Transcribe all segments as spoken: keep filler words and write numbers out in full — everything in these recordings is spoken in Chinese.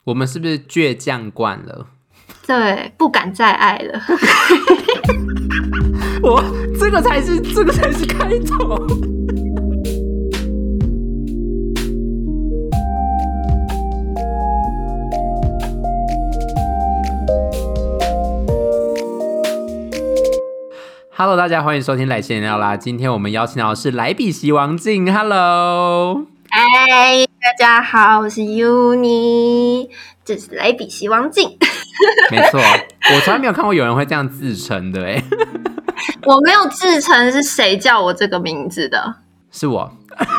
我们是不是倔强惯了？ 对，不敢再爱了。 我这个才是这个才是开头。Hello， 大家欢迎收听来闲聊啦！今天我们邀请到的是莱比锡王静 ，Hello， 嗨，大家好，我是 Uni， 这是莱比锡王静。 没错，我从来没有看过有人会这样自称的哎。 我没有自称，是谁叫我这个名字的？ 是我。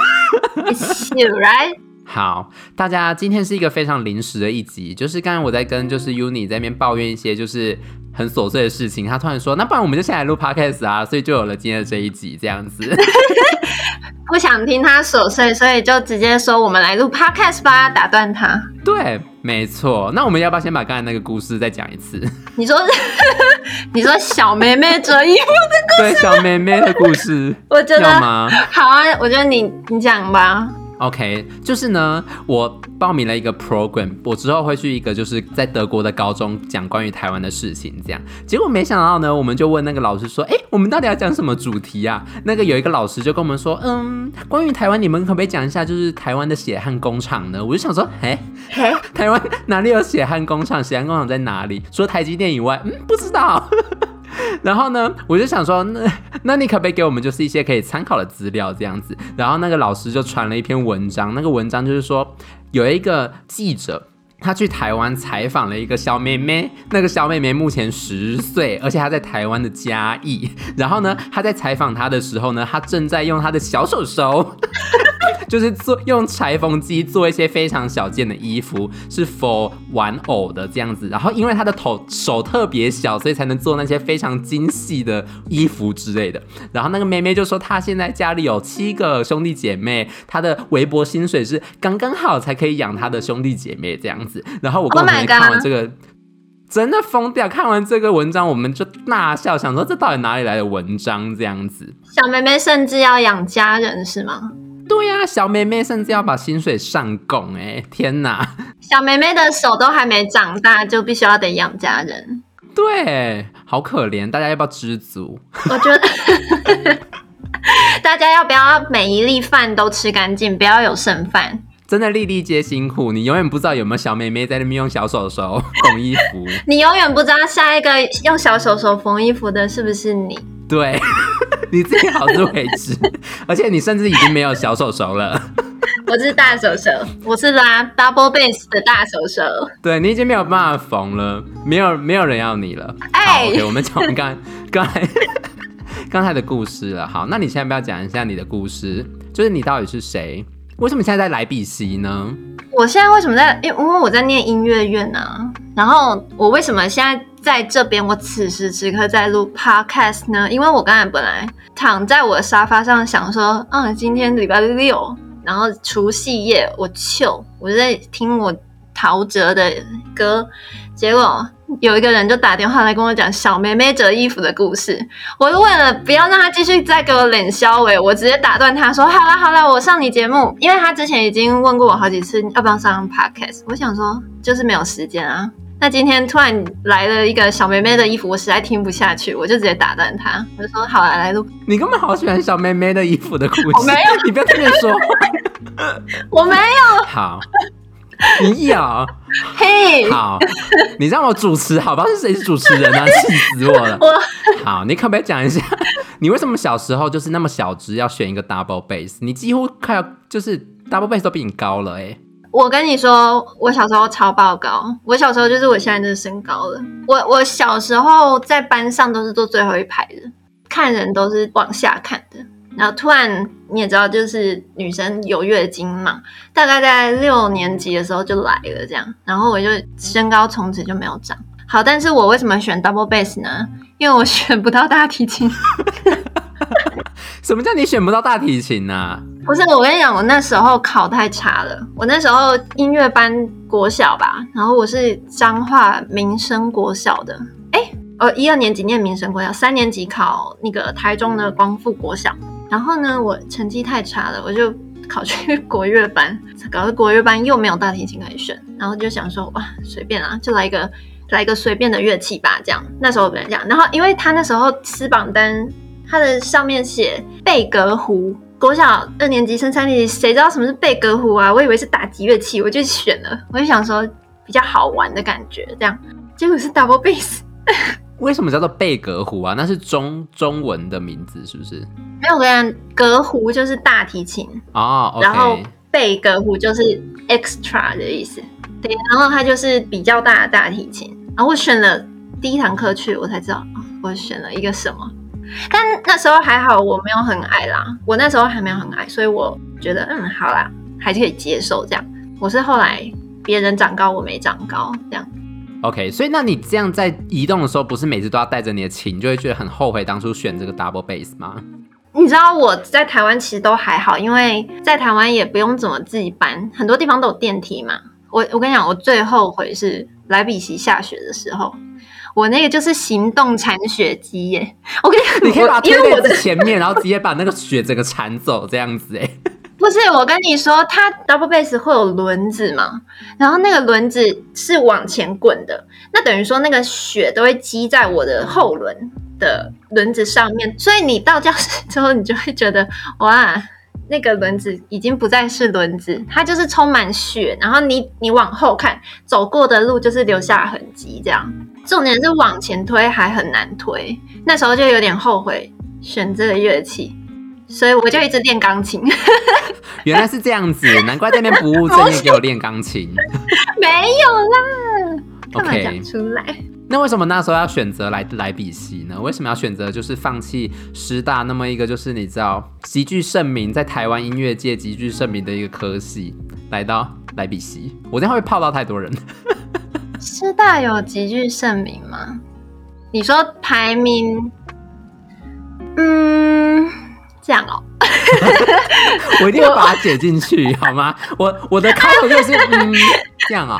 It's you, right？ 好，大家今天是一个非常临时的一集，就是刚才我在跟就是 Uni 在那边抱怨一些就是很琐碎的事情，他突然说，那不然我们就先来录 podcast 啊，所以就有了今天的这一集这样子。 不想听他琐碎，所以就直接说我们来录 podcast 吧，打断他。 对，没错。那我们要不要先把刚才那个故事再讲一次？ 你说，你说小妹妹折衣服的故事？ 对，小妹妹的故事。 我觉得要吗？ 好啊，我觉得你你讲吧。 OK， 就是呢，我报名了一个 program， 我之后会去一个就是在德国的高中讲关于台湾的事情，这样。结果没想到呢，我们就问那个老师说，哎，我们到底要讲什么主题啊？那个有一个老师就跟我们说，嗯，关于台湾，你们可不可以讲一下就是台湾的血汗工厂呢？我就想说，哎，台湾哪里有血汗工厂？血汗工厂在哪里？除了台积电以外，嗯，不知道。然后呢，我就想说，那那你可不可以给我们就是一些可以参考的资料这样子？然后那个老师就传了一篇文章，那个文章就是说有一个记者，他去台湾采访了一个小妹妹，那个小妹妹目前十岁，而且她在台湾的嘉义。然后呢，他在采访她的时候呢，他正在用他的小手手。就是做用裁缝机做一些非常小件的衣服，是 for 玩偶的这样子。然后因为他的头手特别小，所以才能做那些非常精细的衣服之类的。然后那个妹妹就说，她现在家里有七个兄弟姐妹，她的微薄薪水是刚刚好才可以养她的兄弟姐妹这样子。然后我跟我妹看完这个。Oh真的疯掉！看完这个文章，我们就大笑，想说这到底哪里来的文章这样子？ 小妹妹甚至要养家人是吗？ 对呀、啊，小妹妹甚至要把薪水上供，哎，天哪！ 小妹妹的手都还没长大，就必须要得养家人。 对，好可怜，大家要不要知足？ 我觉得大家要不要每一粒饭都吃干净，不要有剩饭。 真的粒粒皆辛苦，你永远不知道有没有小妹妹在那边用小手手缝衣服。 你永远不知道下一个用小手手缝衣服的是不是你。对， 你自己好自为之，而且你甚至已经没有小手手了。 我是大手手，我是拉 double bass 的大手手。 对，你已经没有办法缝了，没有没有人要你了。哎 ，OK， 我们讲完刚刚才刚才的故事了。好，那你现在不要讲一下你的故事，就是你到底是谁？为什么现在在莱比锡呢？我现在为什么在？因为我在念音乐院啊。然后我为什么现在在这边？我此时此刻在录 podcast 呢？因为我刚才本来躺在我的沙发上想说，嗯，今天礼拜六，然后除夕夜，我 chill， 我就在听我陶喆的歌，结果有一个人就打电话来跟我讲小妹妹折衣服的故事。我就为了不要让他继续再给我冷笑话，我直接打断他说，好啦好啦，我上你节目。因为他之前已经问过我好几次要不要上 podcast， 我想说就是没有时间啊。那今天突然来了一个小妹妹的衣服，我实在听不下去，我就直接打断他，我就说好啦，来录。 你根本好喜欢小妹妹的衣服的故事。 我没有， 你不要这边说。 我没有。 好。你有， 嘿， hey. 好，你让我主持，好不好？是谁是主持人啊？气死我了！我好，你可不可以讲一下，你为什么小时候就是那么小只，要选一个 double bass？ 你几乎快要就是 double bass 都比你高了哎、欸！ 我跟你说，我小时候超爆高，我小时候就是我现在的身高了。我我小时候在班上都是坐最后一排的，看人都是往下看的。然后突然你也知道，就是女生有月经嘛，大概在六年级的时候就来了这样，然后我就身高从此就没有长。好，但是我为什么选 double bass 呢？因为我选不到大提琴。 什么叫你选不到大提琴啊？ 不是，我跟你讲，我那时候考太差了。我那时候音乐班国小吧，然后我是彰化民生国小的，哎，呃，一二年级念民生国小，三年级考那个台中的光复国小。然后呢，我成绩太差了，我就考去国乐班，搞到国乐班又没有大提琴可以选，然后就想说哇，随便啊，就来一个来一个随便的乐器吧，这样。那时候本来这样，然后因为他那时候撕榜单，他的上面写贝格胡，国小二年级升三年级，谁知道什么是贝格胡啊？我以为是打击乐器，我就选了，我就想说比较好玩的感觉，这样，结果是 double bass。 为什么叫做贝格胡啊？那是中中文的名字是不是？ 没有，我跟你讲，格胡就是大提琴哦、oh, ，okay. 然后贝格胡就是 extra 的意思，对，然后它就是比较大的大提琴。然后我选了第一堂课去，我才知道、哦、我选了一个什么，但那时候还好，我没有很矮啦，我那时候还没有很矮，所以我觉得嗯好啦，还是可以接受这样。我是后来别人长高，我没长高这样。 OK， 所以那你这样在移动的时候，不是每次都要带着你的琴，就会觉得很后悔当初选这个 double bass 吗？ 你知道我在台湾其实都还好，因为在台湾也不用怎么自己搬，很多地方都有电梯嘛。我我跟你讲，我最后悔是莱比锡下雪的时候，我那个就是行动铲雪机耶。我跟你讲， 你可以把它推在前面，然后直接把那个雪整个铲走，这样子哎。 不是，我跟你说，它 double bass 会有轮子嘛，然后那个轮子是往前滚的，那等于说那个雪都会积在我的后轮的轮子上面，所以你到教室之后，你就会觉得哇，那个轮子已经不再是轮子，它就是充满雪，然后你你往后看，走过的路就是留下痕迹，这样。重点是往前推还很难推，那时候就有点后悔选这个乐器。所以我就一直练钢琴。 原来是这样子，难怪在那边不务正业给我练钢琴。 没有啦，干嘛讲出来？ Okay. 那为什么那时候要选择来莱比锡呢？为什么要选择就是放弃师大那么一个就是你知道极具盛名，在台湾音乐界极具盛名的一个科系，来到莱比锡？我这样会泡到太多人。 师大有极具盛名吗？你说排名？嗯，这样哦。 我一定要把它剪进去，好吗？我我的开头就是嗯，这样啊。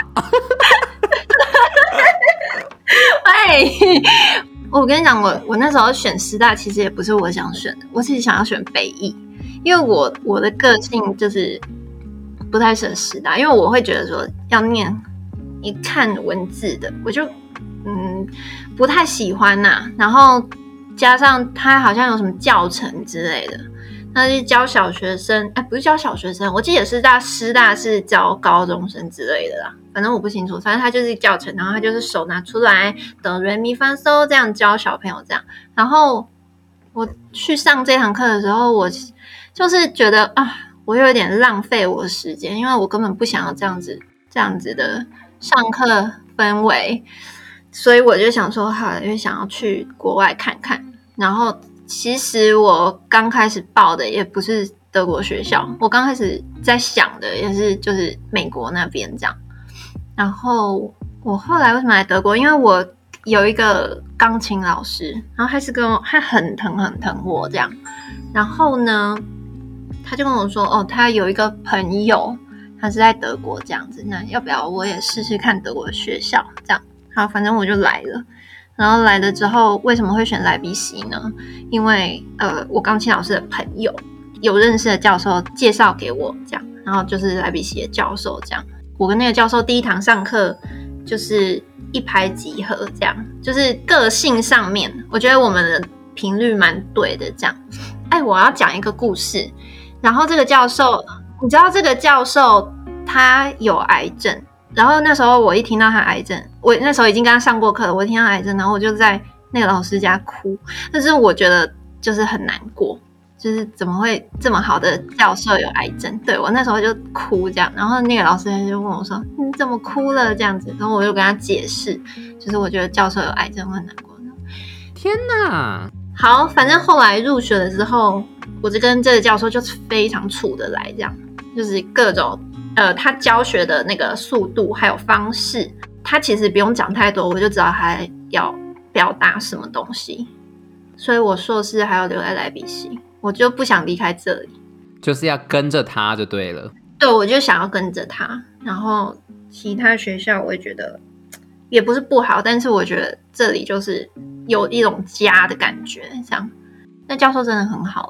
喂，我跟你讲，我我那时候选师大，其实也不是我想选的，我其实想要选北艺，因为我我的个性就是不太适合师大，因为我会觉得说要念一看文字的，我就嗯不太喜欢呐、啊。然后加上它好像有什么教程之类的。那是教小学生，哎，不是教小学生，我记得师大师大是教高中生之类的啦，反正我不清楚，反正他就是教程，然后他就是手拿出来，哆来咪发嗦这样教小朋友这样。然后我去上这堂课的时候，我就是觉得啊，我有点浪费我的时间，因为我根本不想要这样子这样子的上课氛围，所以我就想说，好，因为想要去国外看看，然后。其实我刚开始报的也不是德国学校，我刚开始在想的也是就是美国那边这样。然后我后来为什么来德国？因为我有一个钢琴老师，然后他是跟我，他很疼很疼我这样。然后呢，他就跟我说，哦，他有一个朋友，他是在德国这样子，那要不要我也试试看德国的学校这样？好，反正我就来了。然后来了之后，为什么会选莱比锡呢？因为呃，我钢琴老师的朋友有认识的教授介绍给我，这样，然后就是莱比锡的教授这样。我跟那个教授第一堂上课就是一拍即合，这样，就是个性上面，我觉得我们的频率蛮对的，这样。哎，我要讲一个故事。然后这个教授，你知道这个教授他有癌症。然后那时候我一听到他癌症，我那时候已经跟他上过课了，我一听到癌症，然后我就在那个老师家哭，但是我觉得就是很难过，就是怎么会这么好的教授有癌症？对，我那时候就哭这样，然后那个老师就问我说：“你怎么哭了？”这样子，然后我就跟他解释，就是我觉得教授有癌症会很难过。 天哪！ 好，反正后来入学了之后，我就跟这个教授就非常处得来，这样就是各种。呃，他教学的那个速度还有方式，他其实不用讲太多，我就知道他要表达什么东西。所以我硕士还要留在莱比锡，我就不想离开这里， 就是要跟着他就对了。对， 我就想要跟着他。然后其他学校我也觉得也不是不好，但是我觉得这里就是有一种家的感觉，这样。那教授真的很好欸。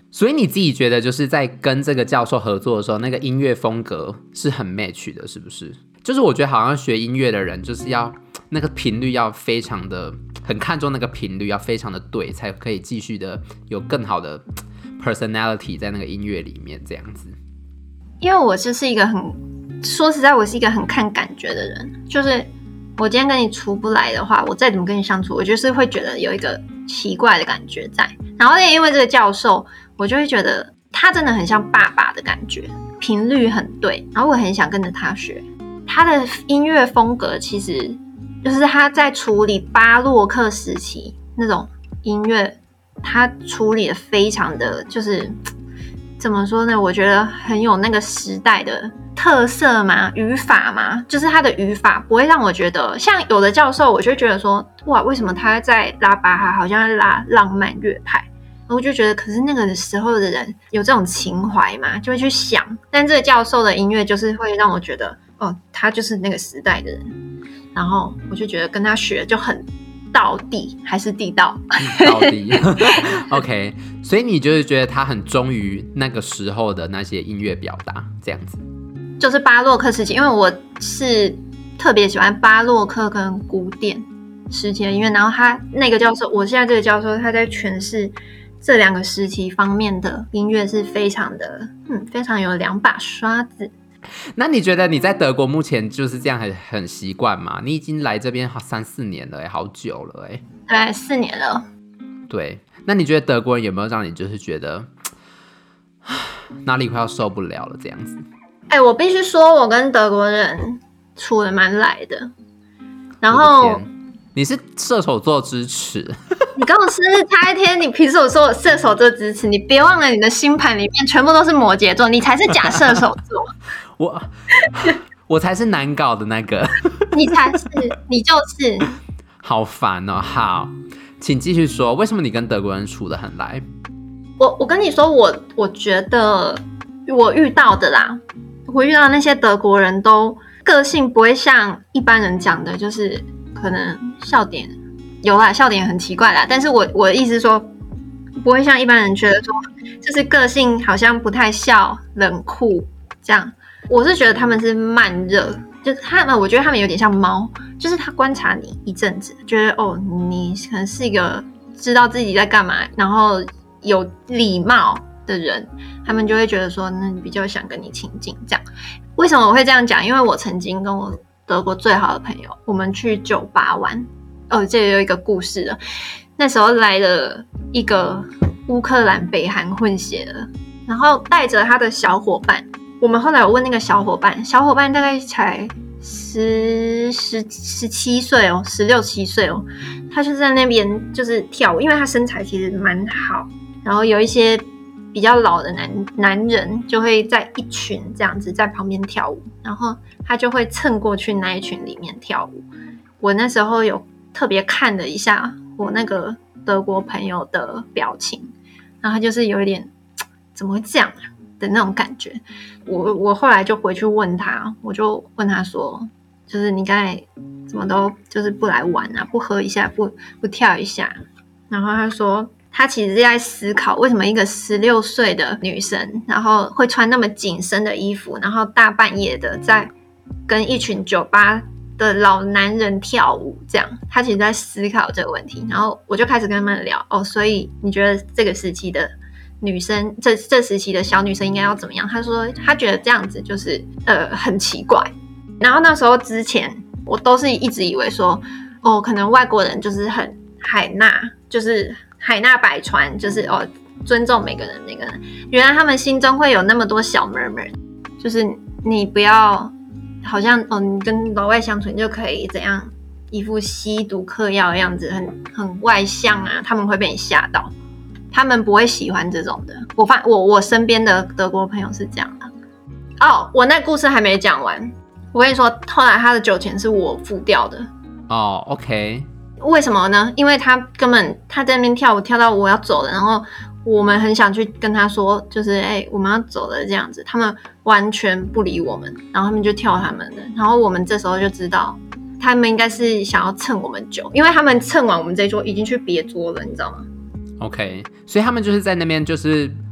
所以你自己觉得就是在跟这个教授合作的时候，那个音乐风格是很 match 的，是不是？就是我觉得好像学音乐的人就是要那个频率要非常的很看重那个频率要非常的对，才可以继续的有更好的 personality 在那个音乐里面这样子。 因为我就是一个很说实在，我是一个很看感觉的人，就是我今天跟你处不来的话，我再怎么跟你相处，我就是会觉得有一个奇怪的感觉在。然后因为这个教授，我就会觉得他真的很像爸爸的感觉，频率很对，然后我很想跟着他学。他的音乐风格其实就是他在处理巴洛克时期那种音乐，他处理的非常的就是怎么说呢？我觉得很有那个时代的特色嘛，语法嘛，就是他的语法不会让我觉得像有的教授，我就觉得说，哇，为什么他在拉巴哈好像在拉浪漫乐派？我就觉得，可是那个时候的人有这种情怀嘛，就会去想。但这个教授的音乐就是会让我觉得，哦，他就是那个时代的人，然后我就觉得跟他学就很道地，还是地道， 嗯、道地。OK， 所以你就是觉得他很忠于那个时候的那些音乐表达，这样子。 就是巴洛克时期，因为我是特别喜欢巴洛克跟古典时期的音乐，然后他那个教授，我现在这个教授，他在诠释这两个时期方面的音乐是非常的，嗯，非常有两把刷子。 那你觉得你在德国目前就是这样很很习惯吗？你已经来这边三四年了，好久了哎， 对，四年了。 对，那你觉得德国人有没有让你就是觉得哪里快要受不了了这样子？ 哎、欸，我必须说，我跟德国人处得蛮来的。然后你是射手座支持， 你跟我生日差一天，你凭什么说我射手座支持？你别忘了，你的星盘里面全部都是摩羯座，你才是假射手座。 我我才是难搞的那个， 你才是，你就是， 好烦哦。好，请继续说，为什么你跟德国人处得很来？ 我我跟你说，我我觉得我遇到的啦。我遇到的那些德国人都个性不会像一般人讲的，就是可能笑点有啦，笑点很奇怪啦。但是我我的意思是说，不会像一般人觉得说，就是个性好像不太笑、冷酷这样。我是觉得他们是慢热，就是他们，我觉得他们有点像猫，就是他观察你一阵子，觉得哦，你可能是一个知道自己在干嘛，然后有礼貌的人，他们就会觉得说，那你比较想跟你亲近这样。为什么我会这样讲？因为我曾经跟我德国最好的朋友，我们去酒吧玩。哦，这里有一个故事了。那时候来了一个乌克兰北韩混血的，然后带着他的小伙伴。我们后来有问那个小伙伴，小伙伴大概才十十十七岁哦，十六七岁哦，他就在那边就是跳舞，因为他身材其实蛮好，然后有一些比较老的男男人就会在一群这样子在旁边跳舞，然后他就会蹭过去那一群里面跳舞。我那时候有特别看了一下我那个德国朋友的表情，然后他就是有一点怎么会这样啊的那种感觉。我我后来就回去问他，我就问他说，就是你刚才怎么都就是不来玩啊，不喝一下，不不跳一下。然后他说他其实是在思考为什么一个十六岁的女生，然后会穿那么紧身的衣服，然后大半夜的在跟一群酒吧的老男人跳舞这样。他其实在思考这个问题，然后我就开始跟他们聊，哦，所以你觉得这个时期的女生，这这时期的小女生应该要怎么样？他说他觉得这样子就是呃很奇怪。然后那时候之前我都是一直以为说，哦，可能外国人就是很海纳，就是海纳百川，就是哦尊重每个人每个人。原来他们心中会有那么多小 murmur， 就是你不要好像哦你跟老外相处你就可以怎样一副吸毒嗑药的样子，很很外向啊，他们会被你吓到。他们不会喜欢这种的。我发我我身边的德国朋友是这样的。哦，我那故事还没讲完。我跟你说，后来他的酒钱是我付掉的。 哦 ，OK。 为什么呢？因为他根本他在那边跳舞跳到我要走了，然后我们很想去跟他说，就是哎、欸，我们要走了这样子，他们完全不理我们，然后他们就跳他们的，然后我们这时候就知道，他们应该是想要蹭我们酒，因为他们蹭完我们这一桌已经去别桌了，你知道吗？ OK， 所以他们就是在那边就是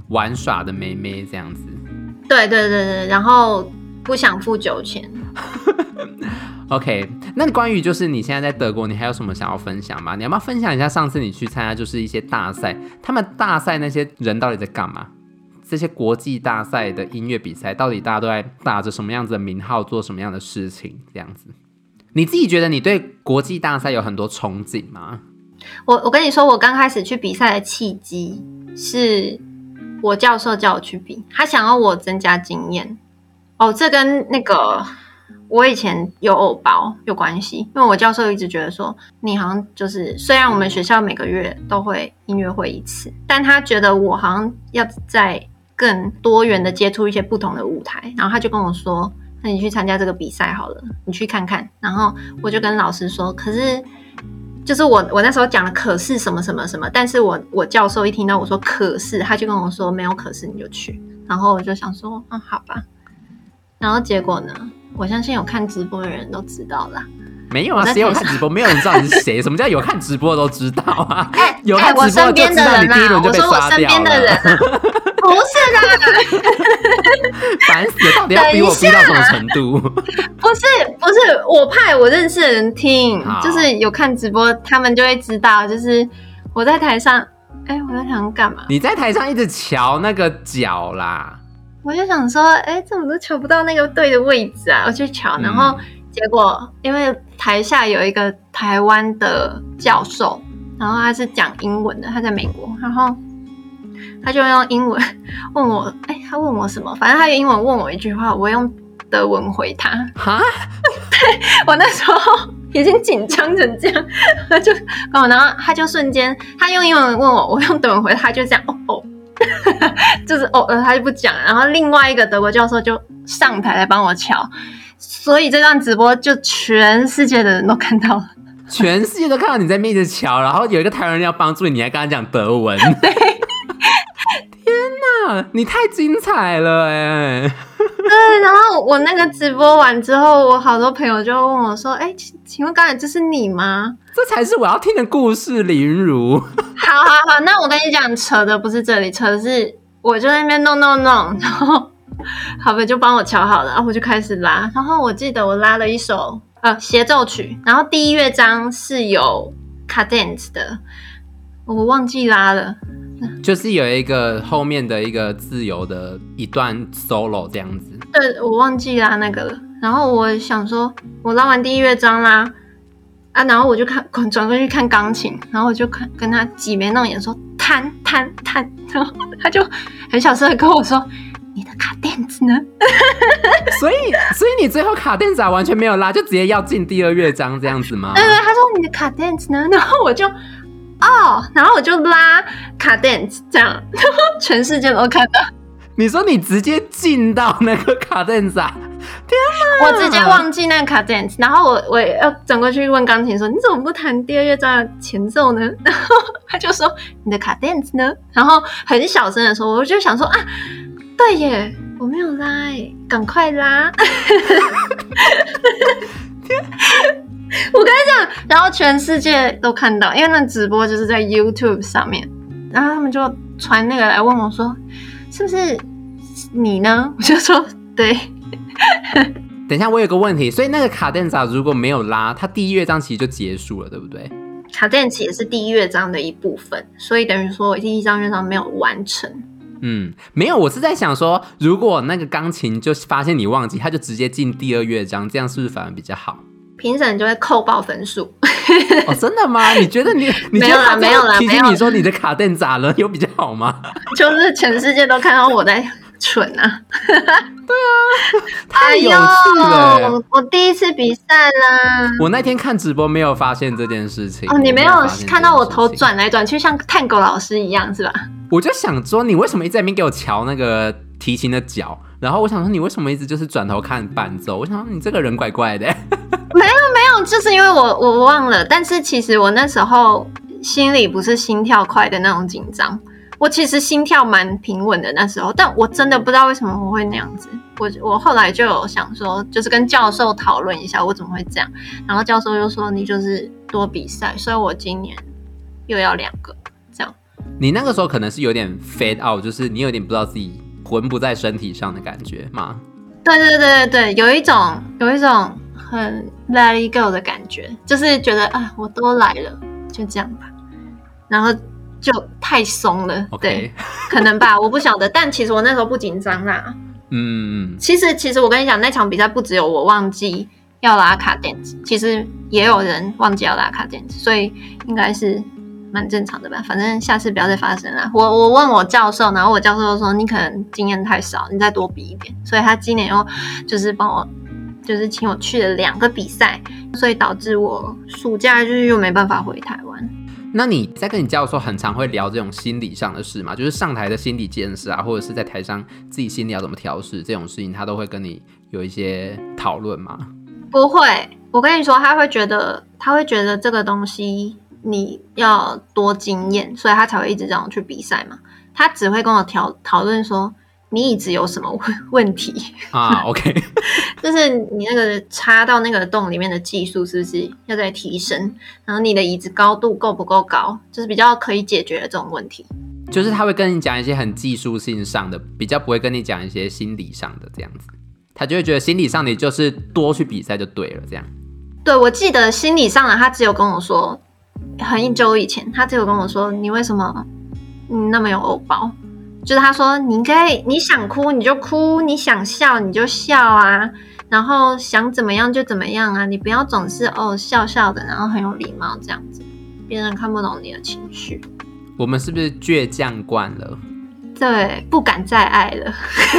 玩耍的妹妹这样子。 对对对对，然后不想付酒钱。 OK， 那关于就是你现在在德国，你还有什么想要分享吗？你要不要分享一下上次你去参加就是一些大赛，他们大赛那些人到底在干嘛？这些国际大赛的音乐比赛，到底大家都在打着什么样子的名号，做什么样的事情？这样子，你自己觉得你对国际大赛有很多憧憬吗？ 我我跟你说，我刚开始去比赛的契机是我教授叫我去比，他想要我增加经验。哦，这跟那个我以前有偶包有关系，因为我教授一直觉得说，你好像就是虽然我们学校每个月都会音乐会一次，但他觉得我好像要在更多元的接触一些不同的舞台，然后他就跟我说，那你去参加这个比赛好了，你去看看。然后我就跟老师说，可是就是我我那时候讲了可是什么什么什么，但是我我教授一听到我说可是，他就跟我说没有可是你就去。然后我就想说，嗯，好吧。然后结果呢，我相信有看直播的人都知道啦。 没有啊，谁有看直播？没有人知道你是谁。什么叫有看直播的都知道啊？ 欸、 有看直播的就知道你第一轮就被刷掉了。我说我身边的人啊，不是啦， 烦死了！到底要逼我逼到什么程度？ 不是不是，我怕我认识的人听，就是有看直播，他们就会知道，就是我在台上，哎、欸，我在台上干嘛？ 你在台上一直瞧那个脚啦。 我就想说，哎、欸，怎么都瞧不到那个对的位置啊？我去瞧，然后结果因为台下有一个台湾的教授，然后他是讲英文的，他在美国，然后他就用英文问我，哎、欸，他问我什么？反正他用英文问我一句话，我用德文回他。哈，对，我那时候已经紧张成这样，他就跟我，然后他就瞬间，他用英文问我，我用德文回他，他就这样，哦哦。就是哦呃，他就不讲，然后另外一个德国教授就上台来帮我瞧，所以这段直播就全世界的人都看到了， 全世界都看到你在面着瞧，然后有一个台湾人要帮助你，你还跟他讲德文， 对， 天哪，你太精彩了哎！ 对，然后我那个直播完之后，我好多朋友就问我说：“哎，请问刚才这是你吗？” 这才是我要听的故事，李云如。 好好好，那我跟你讲，扯的不是这里，扯的是我就在那边弄弄弄，然后好吧就帮我瞧好了，然后我就开始拉，然后我记得我拉了一首呃协奏曲，然后第一乐章是有 cadence 的，我忘记拉了。 就是有一个后面的一个自由的一段 solo 这样子， 对，我忘记拉那个了。然后我想说，我拉完第一乐章啦，啊，然后我就看转过去看钢琴，然后我就看跟他挤眉弄眼说弹弹弹，然后他就很小声的跟我说：“你的卡垫子呢？” 所以，所以你最后卡垫子完全没有拉，就直接要进第二乐章这样子吗？ 对对，他说你的卡垫子呢，然后我就。哦，然后我就拉卡垫子，这样，然后全世界都看到。 你说你直接进到那个卡垫子啊？天哪！ 我直接忘记那个卡垫子，然后我我要转过去问钢琴说：“你怎么不弹第二乐章的前奏呢？”然后他就说：“你的卡垫子呢？”然后很小声的说，我就想说啊，对耶，我没有拉哎，赶快拉！我跟你讲，然后全世界都看到，因为那直播就是在 YouTube 上面，然后他们就传那个来问我说：“是不是你呢？”我就说：“对。” 等一下，我有个问题，所以那个卡垫子如果没有拉，它第一乐章其实就结束了，对不对？ 卡垫子也是第一乐章的一部分，所以等于说我第一章乐章没有完成。 嗯，没有，我是在想说，如果那个钢琴就发现你忘记，他就直接进第二乐章，这样是不是反而比较好？ 评审就会扣爆分数。 哦，真的吗？你觉得你你觉得他没有提醒你说你的卡垫咋了，有比较好吗？ 就是全世界都看到我在蠢啊！ 对啊，太有趣了！ 哎、我, 我第一次比赛啦。 我那天看直播没有发现这件事情。 哦，你没有看到我头转来转去，像探狗老师一样是吧？ 我就想说，你为什么一直在那边给我瞧那个提琴的脚？然后我想说，你为什么一直就是转头看伴奏？我想说，你这个人怪怪的。 没有没有，就是因为我我忘了，但是其实我那时候心里不是心跳快的那种紧张，我其实心跳蛮平稳的那时候，但我真的不知道为什么我会那样子。我我后来就有想说，就是跟教授讨论一下我怎么会这样，然后教授就说你就是多比赛，所以我今年又要两个这样。 你那个时候可能是有点 fade out， 就是你有点不知道自己魂不在身体上的感觉吗？ 对对对对对，有一种有一种很 let it go 的感觉，就是觉得啊，我都来了，就这样吧，然后就太松了。 Okay. 对，可能吧，我不晓得。但其实我那时候不紧张啦。 嗯， 其实其实我跟你讲，那场比赛不只有我忘记要拉卡垫子，其实也有人忘记要拉卡垫子，所以应该是蛮正常的吧。反正下次不要再发生了。我我问我教授，然后我教授说你可能经验太少，你再多比一点。所以他今年又就是帮我，就是请我去了两个比赛，所以导致我暑假就是又没办法回台湾。 那你在跟你教授很常会聊这种心理上的事吗？就是上台的心理建设啊，或者是在台上自己心里要怎么调试这种事情，他都会跟你有一些讨论吗？ 不会，我跟你说，他会觉得他会觉得这个东西你要多经验，所以他才会一直让我去比赛嘛。他只会跟我讨讨论说你椅子有什么问题啊 ？OK， 就是你那个插到那个洞里面的技术是不是要再提升？然后你的椅子高度够不够高？就是比较可以解决的这种问题。 就是他会跟你讲一些很技术性上的，比较不会跟你讲一些心理上的这样子。他就会觉得心理上你就是多去比赛就对了，这样。 对，我记得心理上的他只有跟我说，很久以前他只有跟我说，你为什么你那么有偶包？就是他说你应该你想哭你就哭，你想笑你就笑啊，然后想怎么样就怎么样啊，你不要总是哦笑笑的，然后很有礼貌这样子，别人看不懂你的情绪。 我们是不是倔强惯了？ 对，不敢再爱了。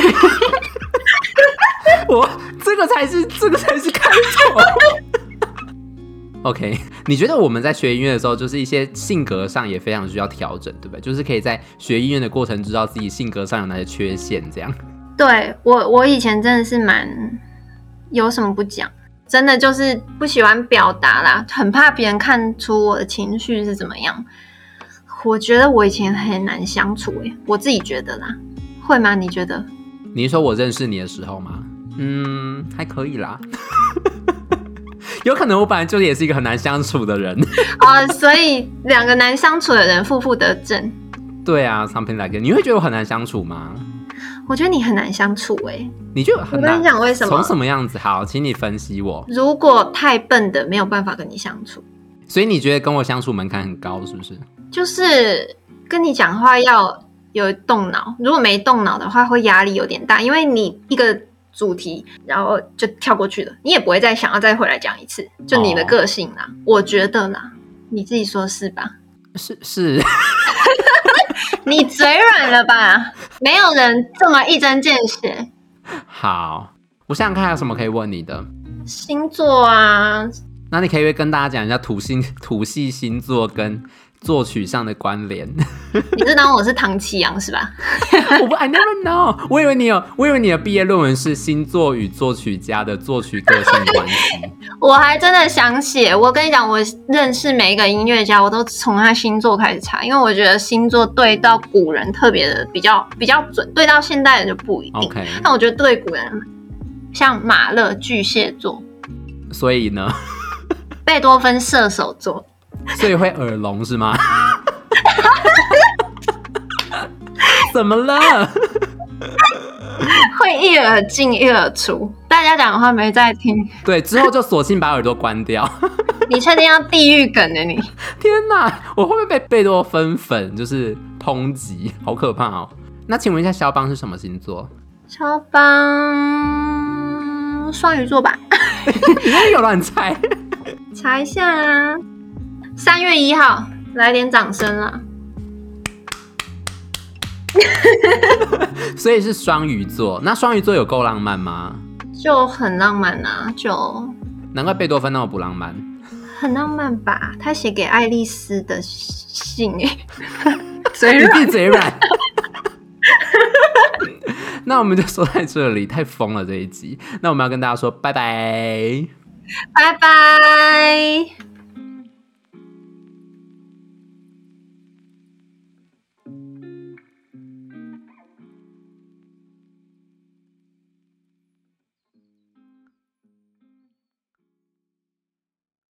我这个才是这个才是开头。OK， 你觉得我们在学音乐的时候，就是一些性格上也非常需要调整，对不对？就是可以在学音乐的过程知道自己性格上有哪些缺陷，这样。 对，我，我以前真的是蛮有什么不讲，真的就是不喜欢表达啦，很怕别人看出我的情绪是怎么样。我觉得我以前很难相处耶，我自己觉得啦，会吗？你觉得？ 你是说我认识你的时候吗？嗯，还可以啦。有可能我本来就也是一个很难相处的人。 哦，所以两个难相处的人负负得正。 对啊 ，something like that。你会觉得我很难相处吗？ 我觉得你很难相处哎。 你觉得很难？ 我跟你讲为什么？ 从什么样子？好，请你分析我。 如果太笨的没有办法跟你相处。 所以你觉得跟我相处门槛很高，是不是？ 就是跟你讲话要有动脑，如果没动脑的话，会压力有点大，因为你一个主题，然后就跳过去了，你也不会再想要再回来讲一次，就你的个性啦，哦、我觉得啦，你自己说是吧？ 是是， 你嘴软了吧？没有人这么一针见血。 好，我想想看还有什么可以问你的。 星座啊， 那你可以跟大家讲一下土星土系星座跟作曲上的关联。 你是当我是唐启阳是吧？ 我不 I never know， 我以为你有，我以为你的毕业论文是星座与作曲家的作曲个性关系。 我还真的想写，我跟你讲，我认识每一个音乐家，我都从他星座开始查，因为我觉得星座对到古人特别的比较比较准，对到现代人就不一定。 Okay. 但我觉得对古人，像马勒巨蟹座， 所以呢， 贝多芬射手座。 所以会耳聋是吗？怎么了？ 会一耳进一耳出，大家讲的话没在听。 对，之后就索性把耳朵关掉。 你确定要地狱梗的你？ 天哪，我会不会被贝多芬粉就是抨击？好可怕哦！那请问一下，肖邦是什么星座？ 肖邦双鱼座吧？ 你那有乱猜？ 查一下啊。三月一号，来点掌声啦！ 所以是双鱼座，那双鱼座有够浪漫吗？ 就很浪漫啊，就难怪贝多芬那么不浪漫。 很浪漫吧？他写给爱丽丝的信哎，嘴软， 你闭嘴软。那我们就说在这里，太疯了这一集。那我们要跟大家说拜拜， 拜拜。